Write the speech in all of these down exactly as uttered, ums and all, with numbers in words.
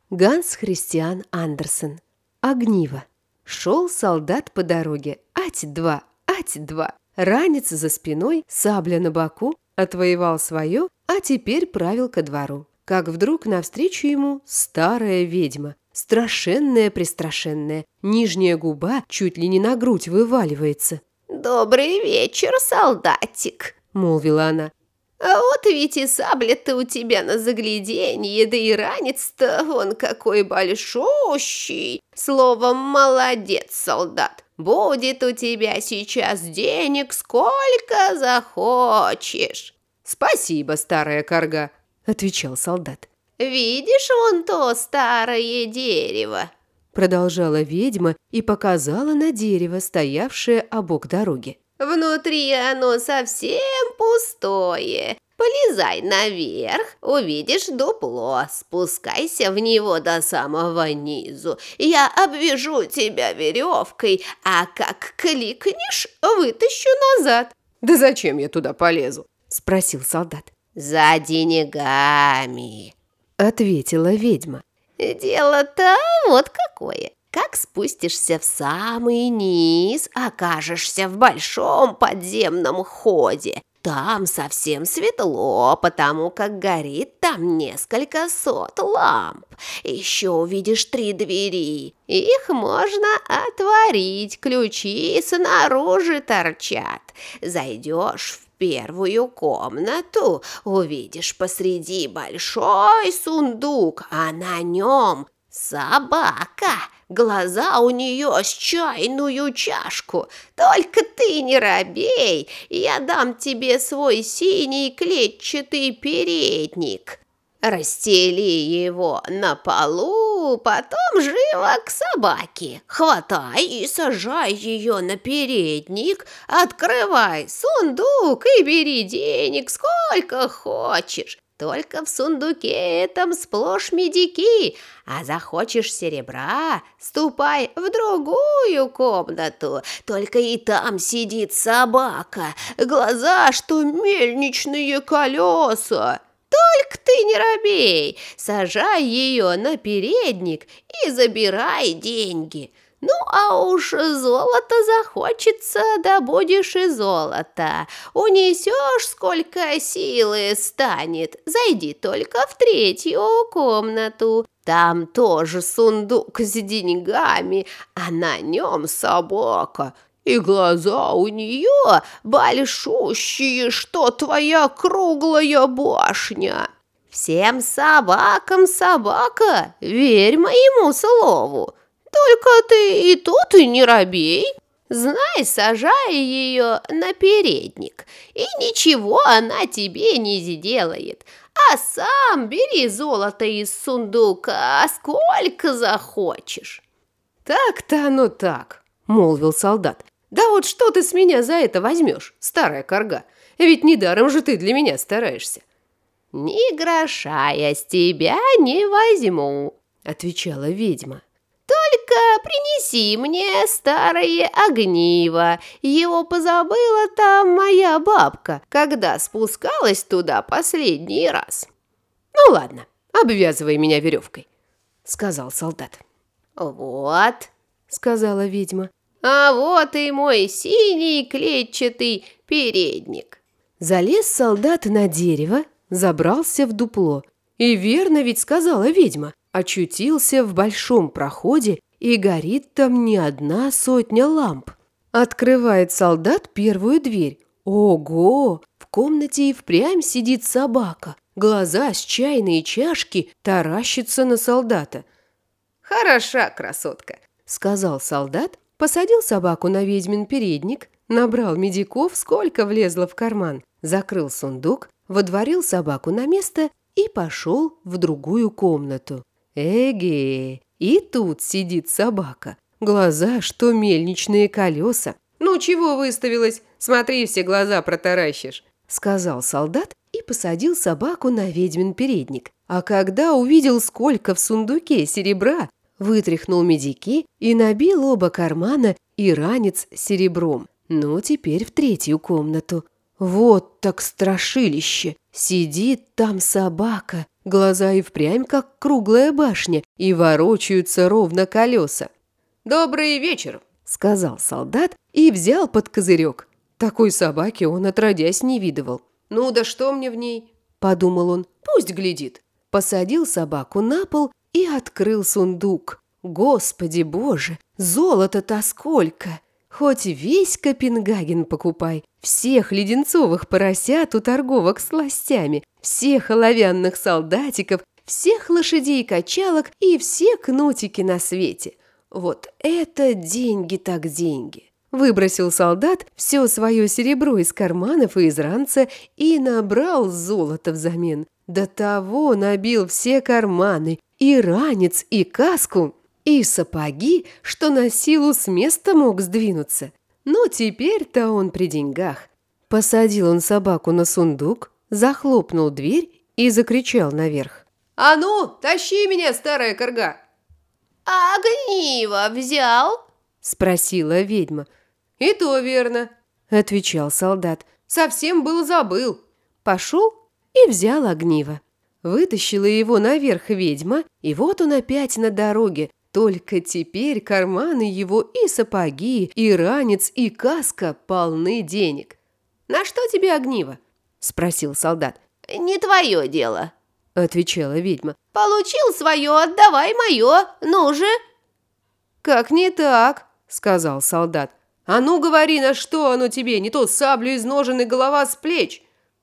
Ганс Христиан Андерсен. Огниво. Шел солдат по дороге. Ать-два, ать-два. Ранец за спиной, сабля на боку. Отвоевал свое, а теперь правил ко двору. Как вдруг навстречу ему старая ведьма. Страшенная-престрашенная. Нижняя губа чуть ли не на грудь вываливается. «Добрый вечер, солдатик», — молвила она. «А вот ведь и сабля-то у тебя на загляденье, да и ранец-то он какой большущий. Словом, молодец, солдат. Будет у тебя сейчас денег сколько захочешь». «Спасибо, старая карга», — отвечал солдат. «Видишь вон то старое дерево?» Продолжала ведьма и показала на дерево, стоявшее обок дороги. «Внутри оно совсем пустое. Полезай наверх, увидишь дупло, спускайся в него до самого низу. Я обвяжу тебя веревкой, а как кликнешь, вытащу назад». «Да зачем я туда полезу?» – спросил солдат. «За деньгами», – ответила ведьма. «Дело-то вот какое. Как спустишься в самый низ, окажешься в большом подземном ходе. Там совсем светло, потому как горит там несколько сот ламп. Еще увидишь три двери. Их можно отворить, ключи снаружи торчат. Зайдешь в первую комнату, увидишь посреди большой сундук, а на нем собака. Глаза у нее с чайную чашку. Только ты не робей, я дам тебе свой синий клетчатый передник. Расстели его на полу, потом живо к собаке. Хватай и сажай ее на передник, открывай сундук и бери денег сколько хочешь. Только в сундуке этом сплошь медики, а захочешь серебра, ступай в другую комнату. Только и там сидит собака, глаза, что мельничные колеса. Только ты не робей, сажай ее на передник и забирай деньги. Ну, а уж золото захочется, добудешь и золото. Унесешь, сколько силы станет. Зайди только в третью комнату. Там тоже сундук с деньгами, а на нем собака. И глаза у нее большущие, что твоя круглая башня. Всем собакам собака, верь моему слову. Только ты и тут и не робей. Знай, сажай ее на передник, и ничего она тебе не сделает. А сам бери золото из сундука, сколько захочешь». «Так-то оно так», — молвил солдат. «Да вот что ты с меня за это возьмешь, старая карга? Ведь недаром же ты для меня стараешься». «Ни гроша я с тебя не возьму», — отвечала ведьма. «Только принеси мне старое огниво. Его позабыла там моя бабка, когда спускалась туда последний раз». «Ну ладно, обвязывай меня веревкой», — сказал солдат. «Вот», — сказала ведьма. «А вот и мой синий клетчатый передник». Залез солдат на дерево, забрался в дупло. И верно ведь сказала ведьма. Очутился в большом проходе, и горит там не одна сотня ламп. Открывает солдат первую дверь. Ого! В комнате и впрямь сидит собака. Глаза с чайной чашки таращатся на солдата. «Хороша красотка», — сказал солдат, посадил собаку на ведьмин передник, набрал медиков, сколько влезло в карман, закрыл сундук, водворил собаку на место и пошел в другую комнату. Эге, и тут сидит собака. Глаза, что мельничные колеса. «Ну, чего выставилась? Смотри, все глаза протаращишь», — сказал солдат и посадил собаку на ведьмин передник. А когда увидел, сколько в сундуке серебра, вытряхнул медики и набил оба кармана и ранец серебром. Ну, теперь в третью комнату. Вот так страшилище! Сидит там собака, глаза и впрямь как круглая башня, и ворочаются ровно колеса. «Добрый вечер!» – сказал солдат и взял под козырек. Такой собаки он отродясь не видывал. «Ну да что мне в ней?» – подумал он. «Пусть глядит». Посадил собаку на пол и открыл сундук. Господи боже, золота-то сколько! Хоть весь Копенгаген покупай, всех леденцовых поросят у торговок с сластями, всех оловянных солдатиков, всех лошадей-качалок и все кнутики на свете. Вот это деньги так деньги! Выбросил солдат все свое серебро из карманов и из ранца и набрал золото взамен. До того набил все карманы, и ранец, и каску, и сапоги, что на силу с места мог сдвинуться. Но теперь-то он при деньгах. Посадил он собаку на сундук, захлопнул дверь и закричал наверх. «А ну, тащи меня, старая корга!» «А огниво взял?» – спросила ведьма. «И то верно», – отвечал солдат. «Совсем был забыл». Пошел и взял огниво. Вытащила его наверх ведьма, и вот он опять на дороге. Только теперь карманы его и сапоги, и ранец, и каска полны денег. «На что тебе огниво?» – спросил солдат. «Не твое дело», – отвечала ведьма. «Получил свое, отдавай мое, ну же!» «Как не так?» – сказал солдат. «А ну говори, на что оно тебе, не то саблю из ножен и голова с плеч!»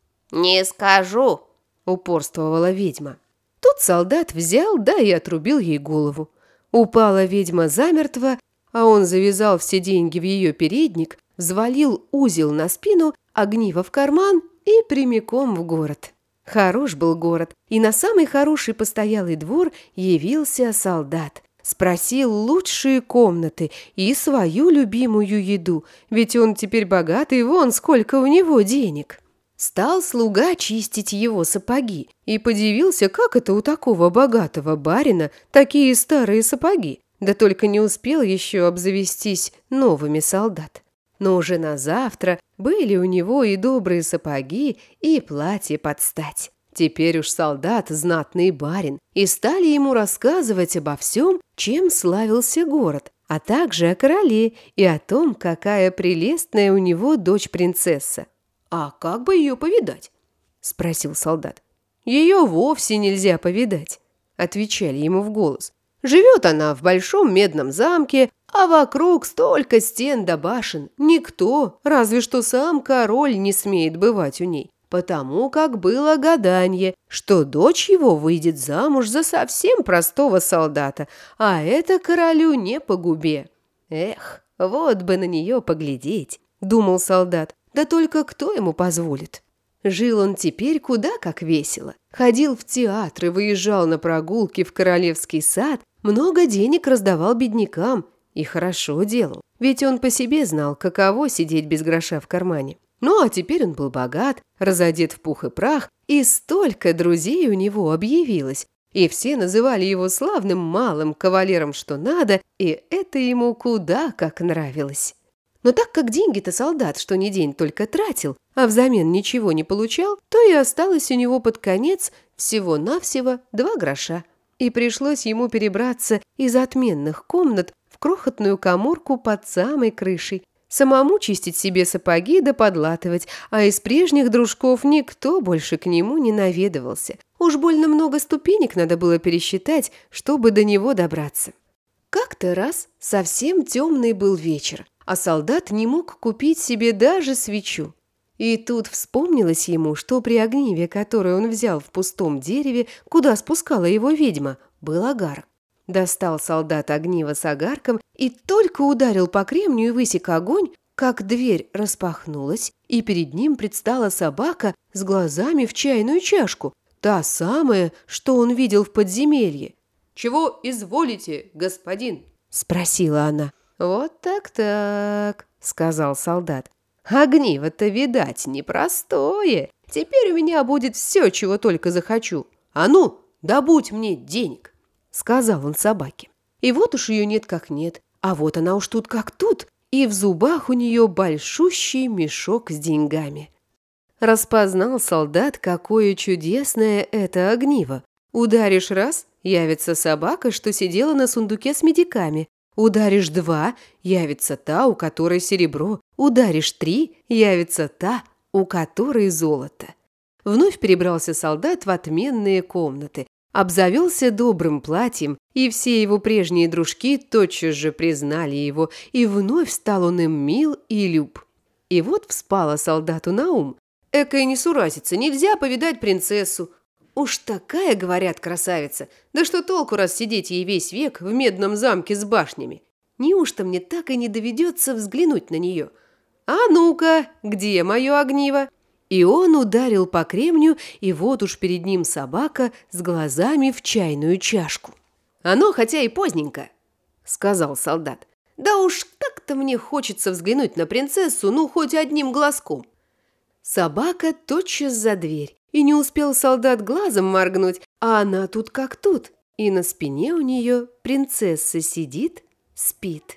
«Не скажу», – упорствовала ведьма. Тут солдат взял, да и отрубил ей голову. Упала ведьма замертво, а он завязал все деньги в ее передник, взвалил узел на спину, огниво в карман и прямиком в город. Хорош был город, и на самый хороший постоялый двор явился солдат. Спросил лучшие комнаты и свою любимую еду, ведь он теперь богатый, вон сколько у него денег. Стал слуга чистить его сапоги и подивился, как это у такого богатого барина такие старые сапоги, да только не успел еще обзавестись новыми солдат. Но уже на завтра были у него и добрые сапоги, и платье под стать. Теперь уж солдат знатный барин, и стали ему рассказывать обо всем, чем славился город, а также о короле и о том, какая прелестная у него дочь-принцесса. «А как бы ее повидать?» – спросил солдат. «Ее вовсе нельзя повидать», – отвечали ему в голос. «Живет она в большом медном замке, а вокруг столько стен да башен. Никто, разве что сам король, не смеет бывать у ней, потому как было гаданье, что дочь его выйдет замуж за совсем простого солдата, а это королю не по губе». «Эх, вот бы на нее поглядеть», – думал солдат. Да только кто ему позволит? Жил он теперь куда как весело. Ходил в театр и выезжал на прогулки в Королевский сад, много денег раздавал беднякам и хорошо делал. Ведь он по себе знал, каково сидеть без гроша в кармане. Ну а теперь он был богат, разодет в пух и прах, и столько друзей у него объявилось. И все называли его славным малым кавалером, что надо, и это ему куда как нравилось. Но так как деньги-то солдат что ни день только тратил, а взамен ничего не получал, то и осталось у него под конец всего-навсего два гроша. И пришлось ему перебраться из отменных комнат в крохотную каморку под самой крышей, самому чистить себе сапоги да подлатывать, а из прежних дружков никто больше к нему не наведывался. Уж больно много ступенек надо было пересчитать, чтобы до него добраться. Как-то раз совсем темный был вечер, а солдат не мог купить себе даже свечу. И тут вспомнилось ему, что при огниве, которое он взял в пустом дереве, куда спускала его ведьма, был огарок. Достал солдат огниво с огарком и только ударил по кремню и высек огонь, как дверь распахнулась, и перед ним предстала собака с глазами в чайную чашку, та самая, что он видел в подземелье. «Чего изволите, господин?» – спросила она. «Вот так-так», – сказал солдат. «Огниво-то, видать, непростое. Теперь у меня будет все, чего только захочу. А ну, добудь мне денег», – сказал он собаке. И вот уж ее нет как нет, а вот она уж тут как тут, и в зубах у нее большущий мешок с деньгами. Распознал солдат, какое чудесное это огниво. Ударишь раз – явится собака, что сидела на сундуке с медиками. Ударишь два – явится та, у которой серебро. Ударишь три – явится та, у которой золото. Вновь перебрался солдат в отменные комнаты, обзавелся добрым платьем, и все его прежние дружки тотчас же признали его, и вновь стал он им мил и люб. И вот вспало солдату на ум: экая несуразица, нельзя повидать принцессу. Уж такая, говорят, красавица, да что толку раз сидеть ей весь век в медном замке с башнями? Неужто мне так и не доведется взглянуть на нее? А ну-ка, где мое огниво? И он ударил по кремню, и вот уж перед ним собака с глазами в чайную чашку. «Оно хотя и поздненько», — сказал солдат. «Да уж так-то мне хочется взглянуть на принцессу, ну, хоть одним глазком». Собака тотчас за дверь, и не успел солдат глазом моргнуть, а она тут как тут, и на спине у нее принцесса сидит, спит.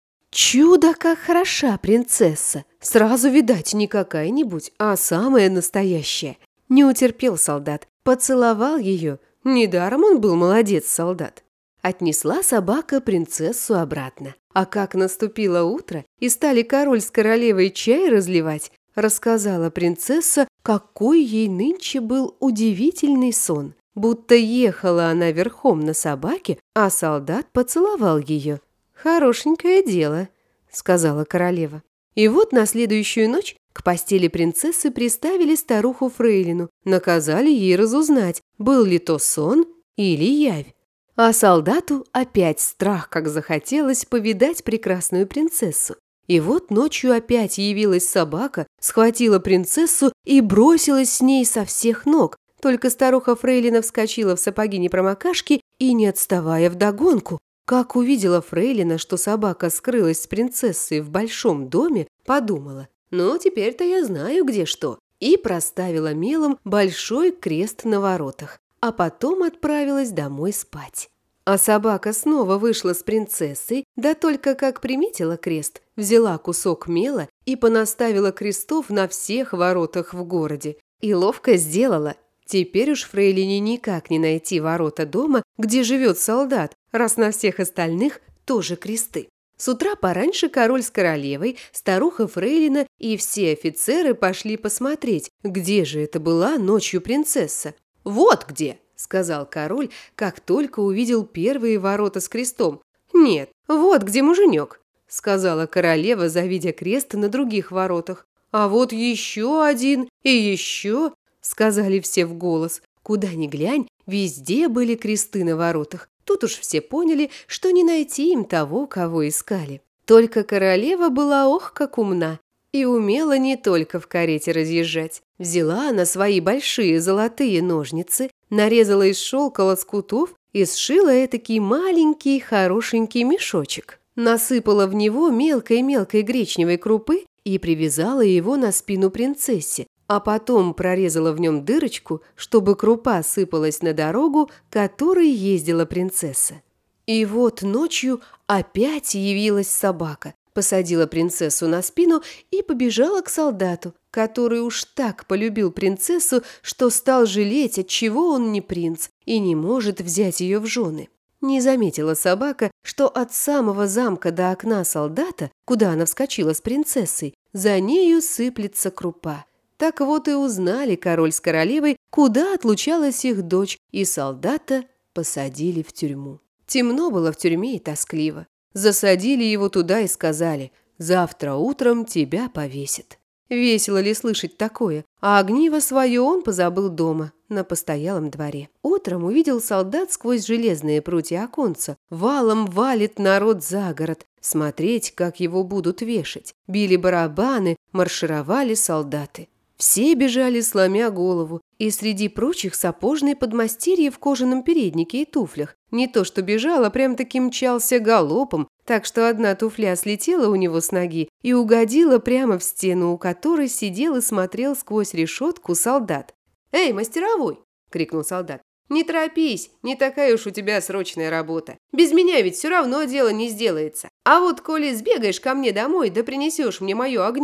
Чудо, как хороша принцесса! Сразу, видать, не какая-нибудь, а самая настоящая. Не утерпел солдат, поцеловал ее. Недаром он был молодец-солдат. Отнесла собака принцессу обратно. А как наступило утро, и стали король с королевой чай разливать, рассказала принцесса, какой ей нынче был удивительный сон. Будто ехала она верхом на собаке, а солдат поцеловал ее. «Хорошенькое дело», — сказала королева. И вот на следующую ночь к постели принцессы приставили старуху Фрейлину, наказали ей разузнать, был ли то сон или явь. А солдату опять страх, как захотелось повидать прекрасную принцессу. И вот ночью опять явилась собака, схватила принцессу и бросилась с ней со всех ног. Только старуха Фрейлина вскочила в сапоги-непромокашки и, не отставая вдогонку, как увидела Фрейлина, что собака скрылась с принцессой в большом доме, подумала: «Ну, теперь-то я знаю, где что», и проставила мелом большой крест на воротах, а потом отправилась домой спать. А собака снова вышла с принцессой, да только как приметила крест, взяла кусок мела и понаставила крестов на всех воротах в городе. И ловко сделала. Теперь уж Фрейлине никак не найти ворота дома, где живет солдат, раз на всех остальных тоже кресты. С утра пораньше король с королевой, старуха Фрейлина и все офицеры пошли посмотреть, где же это была ночью принцесса. «Вот где!» – сказал король, как только увидел первые ворота с крестом. «Нет, вот где муженек», – сказала королева, завидя крест на других воротах. «А вот еще один и еще», – сказали все в голос. Куда ни глянь, везде были кресты на воротах. Тут уж все поняли, что не найти им того, кого искали. Только королева была ох как умна и умела не только в карете разъезжать. Взяла она свои большие золотые ножницы, нарезала из шелка лоскутов и сшила этакий маленький хорошенький мешочек. Насыпала в него мелкой-мелкой гречневой крупы и привязала его на спину принцессе, а потом прорезала в нем дырочку, чтобы крупа сыпалась на дорогу, которой ездила принцесса. И вот ночью опять явилась собака, посадила принцессу на спину и побежала к солдату, который уж так полюбил принцессу, что стал жалеть, отчего он не принц и не может взять ее в жены. Не заметила собака, что от самого замка до окна солдата, куда она вскочила с принцессой, за нею сыплется крупа. Так вот и узнали король с королевой, куда отлучалась их дочь, и солдата посадили в тюрьму. Темно было в тюрьме и тоскливо. Засадили его туда и сказали: «Завтра утром тебя повесят». Весело ли слышать такое? А огниво свое он позабыл дома, на постоялом дворе. Утром увидел солдат сквозь железные прутья оконца. Валом валит народ за город, смотреть, как его будут вешать. Били барабаны, маршировали солдаты. Все бежали, сломя голову, и среди прочих сапожный подмастерье в кожаном переднике и туфлях. Не то что бежал, а прям-таки мчался галопом, так что одна туфля слетела у него с ноги и угодила прямо в стену, у которой сидел и смотрел сквозь решетку солдат. «Эй, мастеровой!» – крикнул солдат. «Не торопись, не такая уж у тебя срочная работа. Без меня ведь все равно дело не сделается. А вот коли сбегаешь ко мне домой, да принесешь мне мое огниво,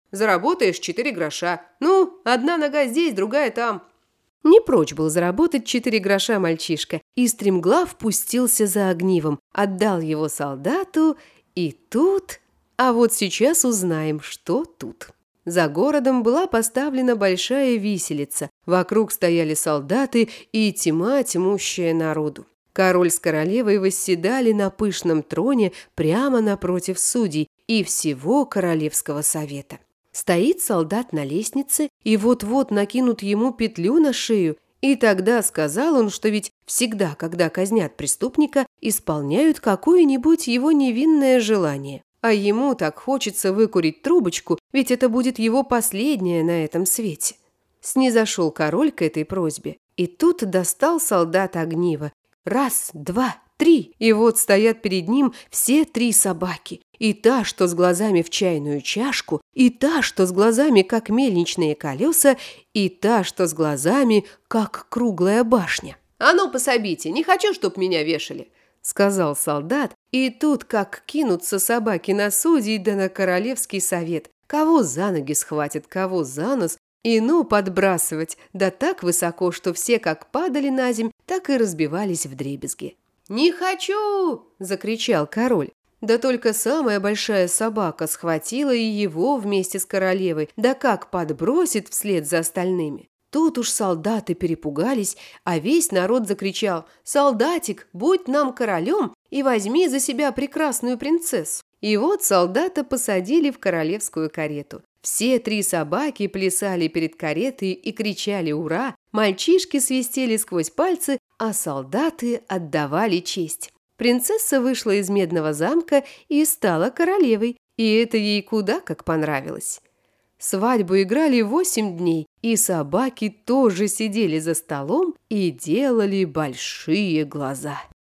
Заработаешь четыре гроша. Ну, одна нога здесь, другая там». Не прочь был заработать четыре гроша мальчишка, и стремглав пустился за огнивом, отдал его солдату, и тут… А вот сейчас узнаем, что тут. За городом была поставлена большая виселица, вокруг стояли солдаты и тьма тьмущая народу. Король с королевой восседали на пышном троне прямо напротив судей и всего королевского совета. Стоит солдат на лестнице, и вот-вот накинут ему петлю на шею, и тогда сказал он, что ведь всегда, когда казнят преступника, исполняют какое-нибудь его невинное желание. А ему так хочется выкурить трубочку, ведь это будет его последнее на этом свете. Снизошел король к этой просьбе, и тут достал солдат огниво. Раз, два, три, и вот стоят перед ним все три собаки. И та, что с глазами в чайную чашку, и та, что с глазами, как мельничные колеса, и та, что с глазами, как круглая башня. «А ну, пособите, не хочу, чтоб меня вешали», — сказал солдат, и тут как кинутся собаки на судей да на королевский совет. Кого за ноги схватят, кого за нос, и ну подбрасывать, да так высоко, что все как падали на земь, так и разбивались вдребезги. «Не хочу!» – закричал король. Да только самая большая собака схватила и его вместе с королевой, да как подбросит вслед за остальными. Тут уж солдаты перепугались, а весь народ закричал: «Солдатик, будь нам королем и возьми за себя прекрасную принцессу!» И вот солдата посадили в королевскую карету. Все три собаки плясали перед каретой и кричали «Ура!», мальчишки свистели сквозь пальцы, а солдаты отдавали честь. Принцесса вышла из медного замка и стала королевой, и это ей куда как понравилось. Свадьбу играли восемь дней, и собаки тоже сидели за столом и делали большие глаза.